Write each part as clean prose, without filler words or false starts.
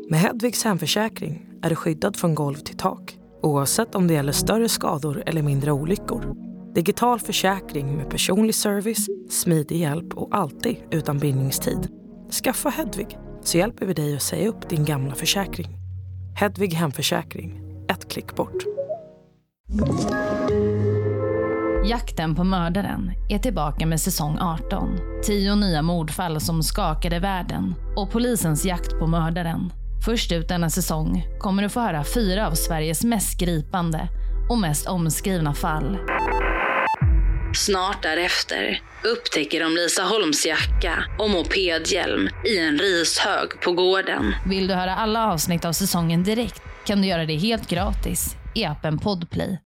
Med Hedvigs hemförsäkring är du skyddad från golv till tak, oavsett om det gäller större skador eller mindre olyckor. Digital försäkring med personlig service, smidig hjälp och alltid utan bindningstid. Skaffa Hedvig så hjälper vi dig att säga upp din gamla försäkring. Hedvig hemförsäkring, ett klick bort. Jakten på mördaren är tillbaka med säsong 18. 10 nya mordfall som skakade världen och polisens jakt på mördaren. Först ut denna säsong kommer du få höra 4 av Sveriges mest gripande och mest omskrivna fall. Snart därefter upptäcker de Lisa Holms jacka och mopedhjälm i en rishög på gården. Vill du höra alla avsnitt av säsongen direkt kan du göra det helt gratis i appen Podplay.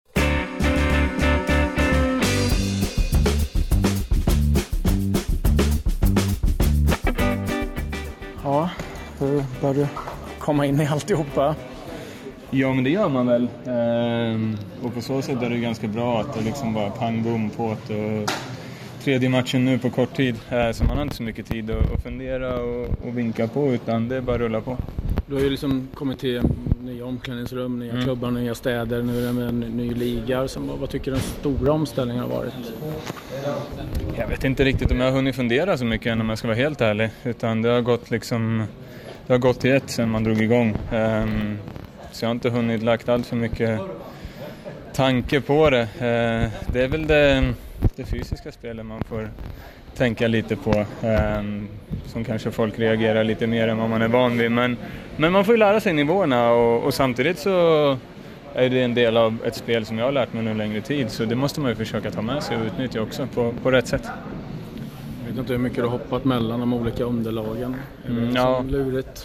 Ja, hur bör du komma in i alltihopa? Ja, men det gör man väl. Och på så sätt är det ganska bra att det liksom bara pang bom på att tredje matchen nu på kort tid. Så man har inte så mycket tid att fundera och vinka på, utan det är bara att rulla på. Du har ju liksom kommit till nya omklädningsrum, nya klubbar, nya städer, nu är det med en ny liga. Vad tycker du den stora omställningen har varit? Jag vet inte riktigt om jag har hunnit fundera så mycket än, om jag ska vara helt ärlig. Utan det har gått till ett sedan man drog igång. Så jag har inte hunnit lagt allt för mycket tanke på det. Det är väl det fysiska spelet man får tänka lite på. Som kanske folk reagerar lite mer än vad man är van vid. Men man får ju lära sig nivåerna och samtidigt så är det en del av ett spel som jag har lärt mig nu längre tid. Så det måste man ju försöka ta med sig och utnyttja också på rätt sätt. Jag vet inte hur mycket du har hoppat mellan de olika underlagen. Ja. Lurigt.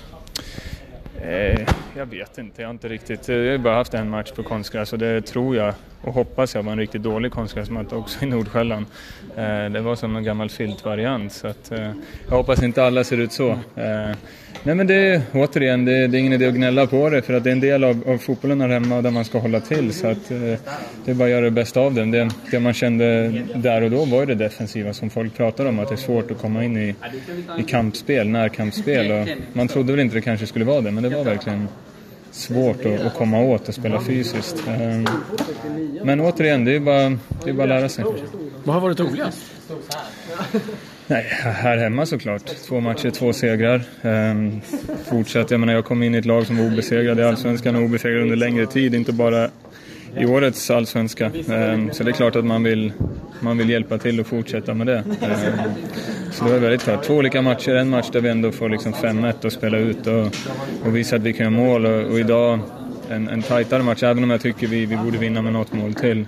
Jag vet inte, jag har inte riktigt. Jag har bara haft en match på konstgräs och det tror jag och hoppas jag var en riktigt dålig konstgräsmatta också i Nordsjälland. Det var som en gammal filtvariant, så att jag hoppas inte alla ser ut så. Nej, men det är ingen idé att gnälla på det, för att det är en del av fotbollen här hemma där man ska hålla till, så att det är bara att göra det bästa av det. Det man kände där och då var ju det defensiva som folk pratar om, att det är svårt att komma in i kampspel, närkampsspel, och man trodde väl inte det kanske skulle vara det, men det var verkligen svårt att komma åt och spela fysiskt. Men återigen, det är bara att lära sig. Vad har varit roligast? Nej, här hemma såklart. 2 matcher, 2 segrar. Fortsatt, jag kom in i ett lag som var obesegrad i Allsvenskan och obesegrad under längre tid, inte bara i årets Allsvenska. Så det är klart att man vill hjälpa till och fortsätta med det. Så det var väldigt klart. 2 olika matcher, en match där vi ändå får liksom 5-1 och spela ut och visa att vi kan göra mål. Och idag en tajtare match, även om jag tycker vi borde vinna med något mål till.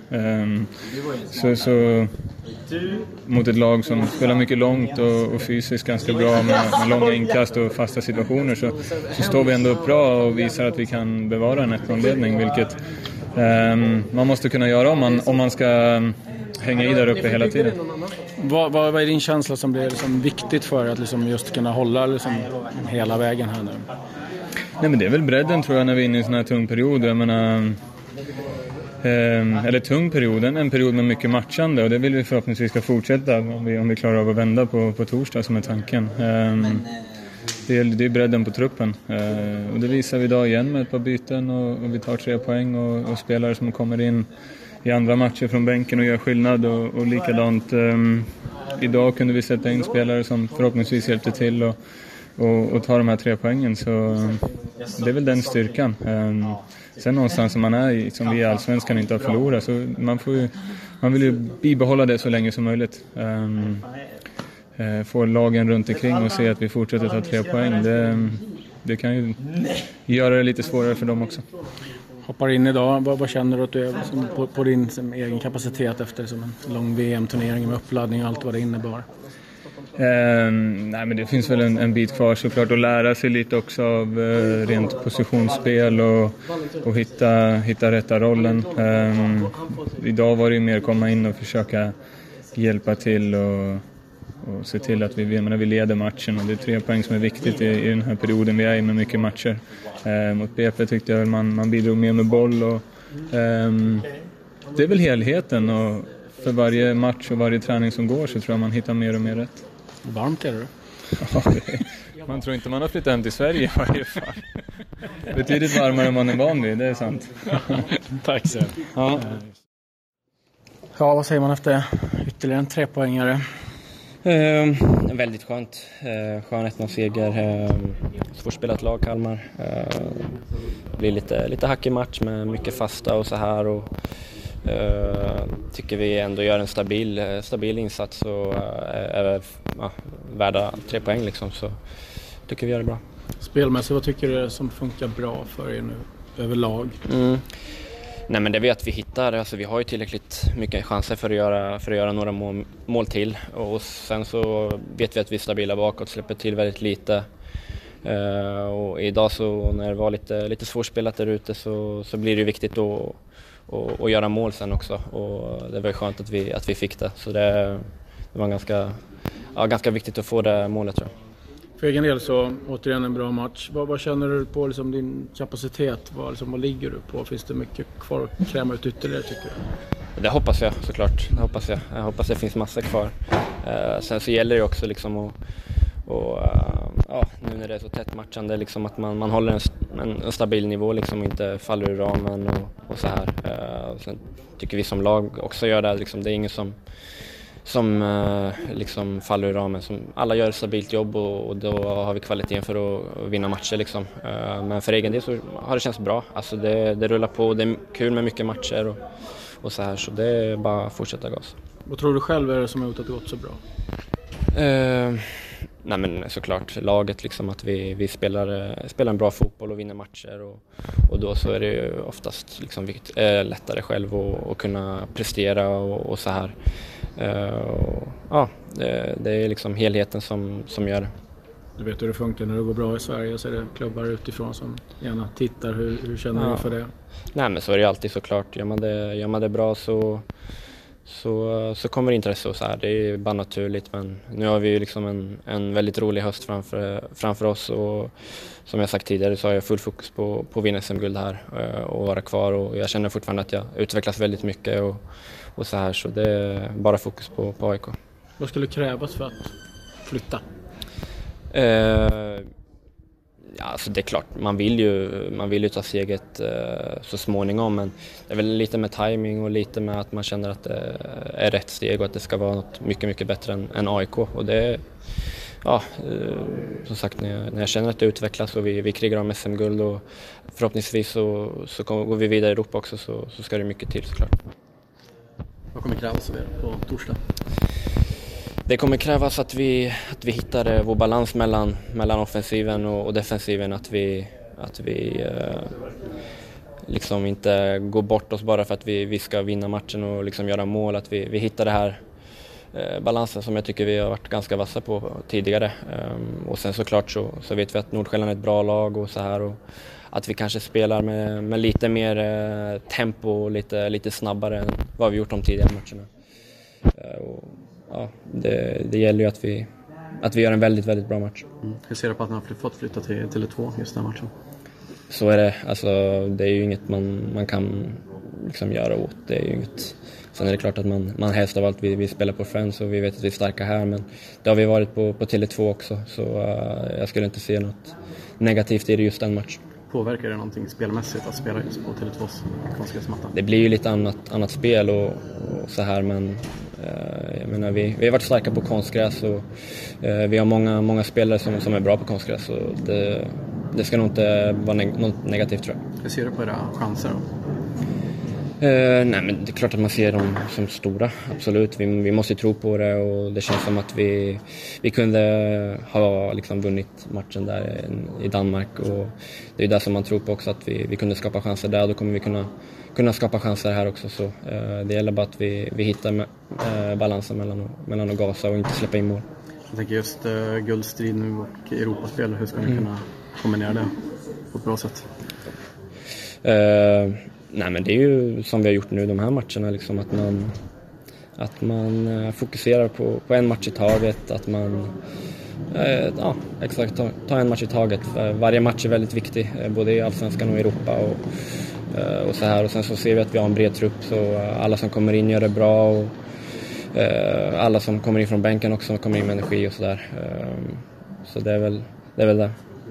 Så mot ett lag som spelar mycket långt och fysiskt ganska bra med långa inkast och fasta situationer, så står vi ändå upp bra och visar att vi kan bevara en 1-0-ledning, vilket man måste kunna göra om man ska hänga i där uppe hela tiden. Vad är din känsla som blir liksom viktigt för att liksom just kunna hålla liksom hela vägen här nu? Nej, men det är väl bredden, tror jag, när vi är inne i en sån här tung period. Jag menar, eller tung perioden, en period med mycket matchande, och det vill vi förhoppningsvis ska fortsätta om vi klarar av att vända på torsdag, som är tanken. Det är bredden på truppen, och det visar vi idag igen med ett par byten, och vi tar 3 poäng och spelare som kommer in i andra matcher från bänken och gör skillnad, och likadant idag kunde vi sätta in spelare som förhoppningsvis hjälpte till och ta de här 3 poängen, så det är väl den styrkan. Sen någonstans som man är som vi i Allsvenskan inte har förlorat, så man vill ju bibehålla det så länge som möjligt. Få lagen runt omkring och se att vi fortsätter ta 3 poäng, det kan ju göra det lite svårare för dem också. Hoppar in idag, vad känner du att du är på din egen kapacitet efter som en lång VM-turnering med uppladdning och allt vad det innebar? Nej, men det finns väl en bit kvar såklart att lära sig lite också av rent positionsspel och hitta rätta rollen. Idag var det ju mer komma in och försöka hjälpa till och se till att vi leder matchen, och det är 3 poäng som är viktigt i den här perioden vi är i med mycket matcher. Mot BP tyckte jag man bidrog mer med boll, och det är väl helheten, och för varje match och varje träning som går så tror jag man hittar mer och mer rätt. Varmt är det? Ja, man tror inte man har flyttat hem till Sverige i varje fall. Betydligt varmare än man är van vid, det är sant. Tack så. Ja, vad säger man efter ytterligare en 3-poängare? Väldigt skönt. Skön 1-0-seger. Svårspelat lag, Kalmar. Blir lite hackig match med mycket fasta och så här. Och, tycker vi ändå gör en stabil insats och är värda 3 poäng liksom, så tycker vi gör det bra. Spelmässigt, vad tycker du som funkar bra för er nu överlag? Nej, men det vet vi hittar, alltså vi har ju tillräckligt mycket chanser för att göra några mål till, och sen så vet vi att vi är stabila bakåt, släpper till väldigt lite. Och idag så när det var lite svårspelat där ute så blir det ju viktigt att göra mål sen också, och det var ju skönt att vi fick det, så det var ganska viktigt att få det målet, tror jag. För egen del så återigen en bra match. Vad känner du på liksom din kapacitet? Vad ligger du på? Finns det mycket kvar att kräma ut ytterligare, tycker du? Det hoppas jag såklart. Jag hoppas det finns massor kvar. Sen så gäller det också liksom nu när det är så tätt matchande liksom, att man håller en stabil nivå liksom, och inte faller ur ramen och så här. Sen tycker vi som lag också gör det liksom, det är ingen som liksom faller ur ramen. Alla gör ett stabilt jobb, och då har vi kvaliteten för att vinna matcher liksom. Men för egen del så har det känts bra. Alltså det rullar på, det är kul med mycket matcher och så här, så det är bara att fortsätta gas. Vad tror du själv är det som har gjort att det gått så bra? Nej, men såklart laget liksom, att vi spelar en bra fotboll och vinner matcher, och då så är det ju oftast liksom lättare själv att kunna prestera och så här. Det är liksom helheten som gör det. Du vet hur det funkar när det går bra i Sverige, så är det klubbar utifrån som gärna tittar. Hur känner du för det? Nej, men så är det alltid såklart. Gör man det bra så kommer intresse och så här. Det är bara naturligt, men nu har vi ju liksom en väldigt rolig höst framför oss, och som jag sagt tidigare så har jag full fokus på att vinna SM-guld här och vara kvar, och jag känner fortfarande att jag utvecklas väldigt mycket och så här, så det är bara fokus på AIK. Vad skulle krävas för att flytta? Alltså det är klart, man vill ju ta steget så småningom, men det är väl lite med timing och lite med att man känner att det är rätt steg och att det ska vara något mycket, mycket bättre än AIK, och det som sagt, när jag känner att det utvecklas och vi krigar om SM-guld, och förhoppningsvis så går vi vidare i Europa också, så ska det mycket till såklart. Vad kommer krävas av er på torsdag? Det kommer krävas att vi hittar vår balans mellan offensiven och defensiven, att vi liksom inte går bort oss bara för att vi ska vinna matchen och liksom göra mål, att vi hittar det här balansen som jag tycker vi har varit ganska vassa på tidigare. Och sen såklart så vet vi att Nordsjälland är ett bra lag och så här, och att vi kanske spelar med lite mer tempo och lite snabbare än vad vi gjort de tidigare matcherna. Det gäller ju att vi gör en väldigt, väldigt bra match. Hur ser du på att man har fått flytta till Tele2 just den matchen? Så är det. Alltså, det är ju inget man kan liksom göra åt. Det är ju inget. Sen är det klart att man helst av allt vi spelar på Friends, och vi vet att vi är starka här, men det har vi varit på Tele2 också, så jag skulle inte se något negativt i det just den matchen. Påverkar det någonting spelmässigt att spela just på Tele2s konstgräsmatta? Det blir ju lite annat spel och så här, men jag menar, vi har varit starka på konstgräs, och vi har många spelare som är bra på konstgräs, så det ska nog inte vara något negativt, tror jag. Hur ser du på era chanser då? Nej, men det är klart att man ser dem som stora, absolut. Vi måste tro på det, och det känns som att vi kunde ha liksom vunnit matchen där i Danmark, och det är det som man tror på också, att vi kunde skapa chanser där, och då kommer vi kunna skapa chanser här också, så det gäller bara att vi hittar balansen mellan att gasa och inte släppa in mål. Jag tänker just guldstrid nu och Europaspel, hur ska ni kunna kombinera det på ett bra sätt? Nej, men det är ju som vi har gjort nu de här matcherna, liksom, att man fokuserar på en match i taget, att man exakt ta en match i taget. Varje match är väldigt viktig, både i Allsvenskan och i Europa och så här, och sen så ser vi att vi har en bred trupp, så alla som kommer in gör det bra, och alla som kommer in från bänken också kommer in med energi och så där. Så det är väl det.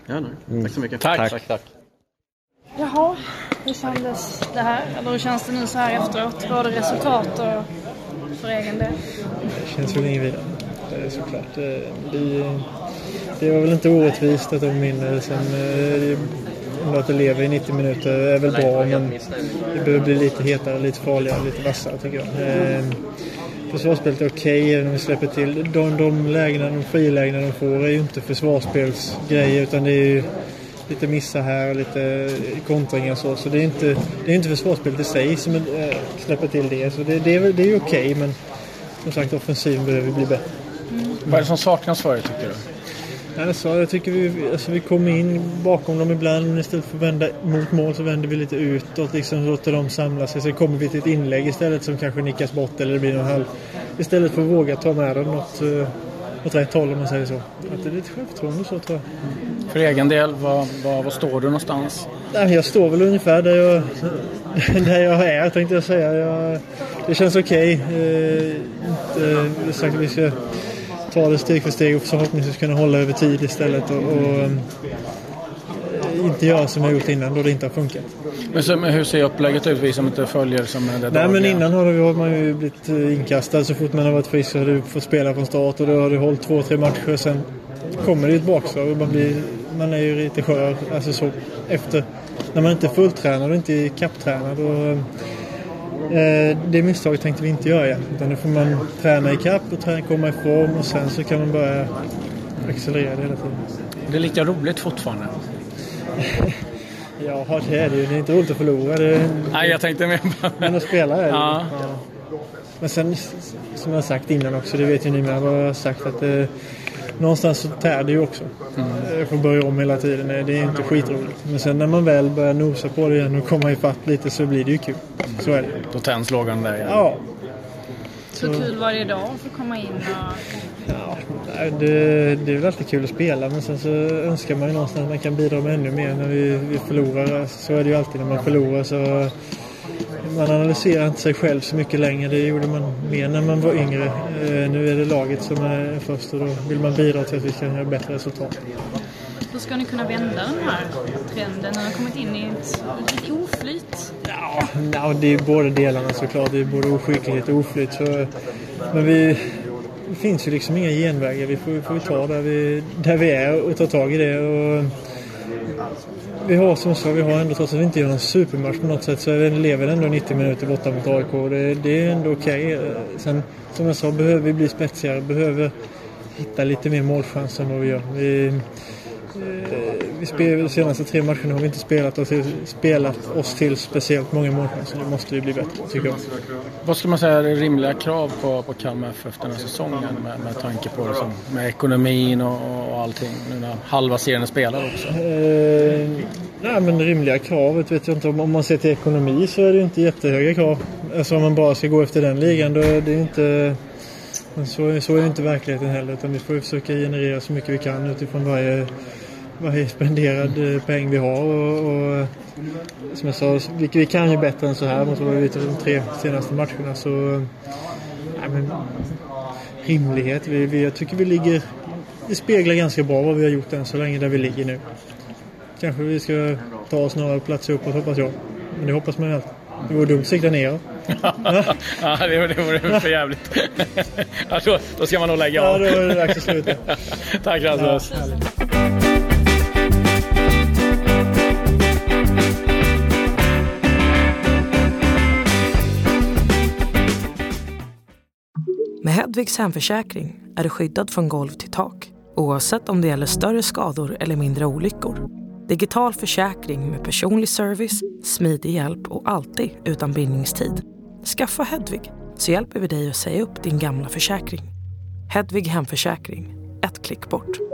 Ja, nej. Tack så mycket. Tack. Jaha, hur kändes det här? Eller hur känns det nu så här efteråt? Både resultat och för egen del? Det känns väl inget vidare. Det är såklart. Det var väl inte orättvist att de vinner. Sen att det lever i 90 minuter är väl bra, men det behöver bli lite hetare, lite farligare, lite vassare tycker jag. Försvarsspelet är okej när vi släpper till. De lägena, de frilägena de får är ju inte försvarsspelsgrejer, utan det är ju lite missar här och lite kontringar så det är inte försvarsspelet i sig som släpper till det. Så det är ju okej, men som sagt offensiven behöver bli bättre. Vad är det som saknas för er tycker du? Alltså, jag tycker vi kommer in bakom dem ibland, men istället för att vända mot mål så vänder vi lite utåt, liksom låter dem samla sig. Så kommer vi till ett inlägg istället som kanske nickas bort eller det blir någon halv. Istället för att våga ta med dem åt rätt håll, om man säger så. Att det är lite självförtroende så, tror jag. För egen del, var står du någonstans? Jag står väl ungefär där jag är, tänkte jag säga. Det känns okej. Det är sagt att vi ska ta det steg för steg och förhoppningsvis kunna hålla över tid istället och inte göra som jag gjort innan då det inte har funkat. Men hur ser upplägget ut, vi som inte följer som det dagliga? Nej, men innan har man ju blivit inkastad så fort man har varit frisk, så har du fått spela från start och då har du hållit 2-3 matcher, sen kommer det ett bakslag och man är ju lite skör, alltså så efter när man inte är fulltränad och inte är kapptränad och det misstaget tänkte vi inte göra igen, utan då får man träna i kapp och komma i form och sen så kan man börja accelerera det hela tiden. Det är lika roligt fortfarande. Ja, det är det ju. Det är inte roligt att förlora. Nej, jag tänkte mer på... Men att spela är det. Ja. Men sen, som jag sagt innan också, det vet ju ni med, vad jag har sagt, att någonstans så tär det ju också. Jag får börja om hela tiden. Det är inte skitroligt. Men sen när man väl börjar nosa på det igen och komma ifatt lite så blir det ju kul. Så är det. Då tänds lågan där igen. Ja. Så kul varje dag att få komma in och... Ja, det är väl alltid kul att spela, men sen så önskar man ju någonstans att man kan bidra med ännu mer när vi förlorar. Så är det ju alltid när man förlorar, så man analyserar inte sig själv så mycket längre. Det gjorde man mer när man var yngre. Nu är det laget som är först och då vill man bidra till att vi kan göra bättre resultat. Hur ska ni kunna vända den här trenden när ni har kommit in i ett oflyt? Ja, det är både delarna såklart. Det är både oskicklighet och oflyt. Men det finns ju liksom inga genvägar. Vi får ta där vi är och ta tag i det. Och vi har som sagt, vi har ändå, trots att vi inte gör någon supermatch på något sätt, så lever ändå 90 minuter borta mot AIK. Det är ändå okej. Sen som jag sa, behöver vi bli spetsigare, behöver hitta lite mer målchanser än vad vi gör. Vi spelar de senaste 3 matcherna har vi inte spelat oss till speciellt många målchanser. Det måste vi bli bättre, tycker jag. Vad ska man säga är rimliga krav på Kalmar FF efter den här säsongen med tanke på liksom, med ekonomin och allting nu när halva serien spelar också? Nej, men rimliga kravet vet jag inte. Om man ser till ekonomi så är det inte jättehöga krav. Alltså om man bara ska gå efter den ligan, då är det inte... Men så är inte verkligheten heller, utan vi får försöka generera så mycket vi kan utifrån varje spenderad peng vi har och som jag sa, vi kan ju bättre än så här mot vad vi vet de 3 senaste matcherna, så men rimlighet, jag tycker vi speglar ganska bra vad vi har gjort än så länge där vi ligger nu. Kanske vi ska ta oss några platser uppåt, hoppas jag, men det hoppas man ju alltid. Det var dumt att sikta ner. Ja, det var för jävligt. Alltså, då ska man nog lägga av. Ja, då är det dags att sluta. Tack Rasmus. Ja, med Hedvigs hemförsäkring är du skyddad från golv till tak, oavsett om det gäller större skador eller mindre olyckor. Digital försäkring med personlig service, smidig hjälp och alltid utan bindningstid. Skaffa Hedvig så hjälper vi dig att säga upp din gamla försäkring. Hedvig hemförsäkring, ett klick bort.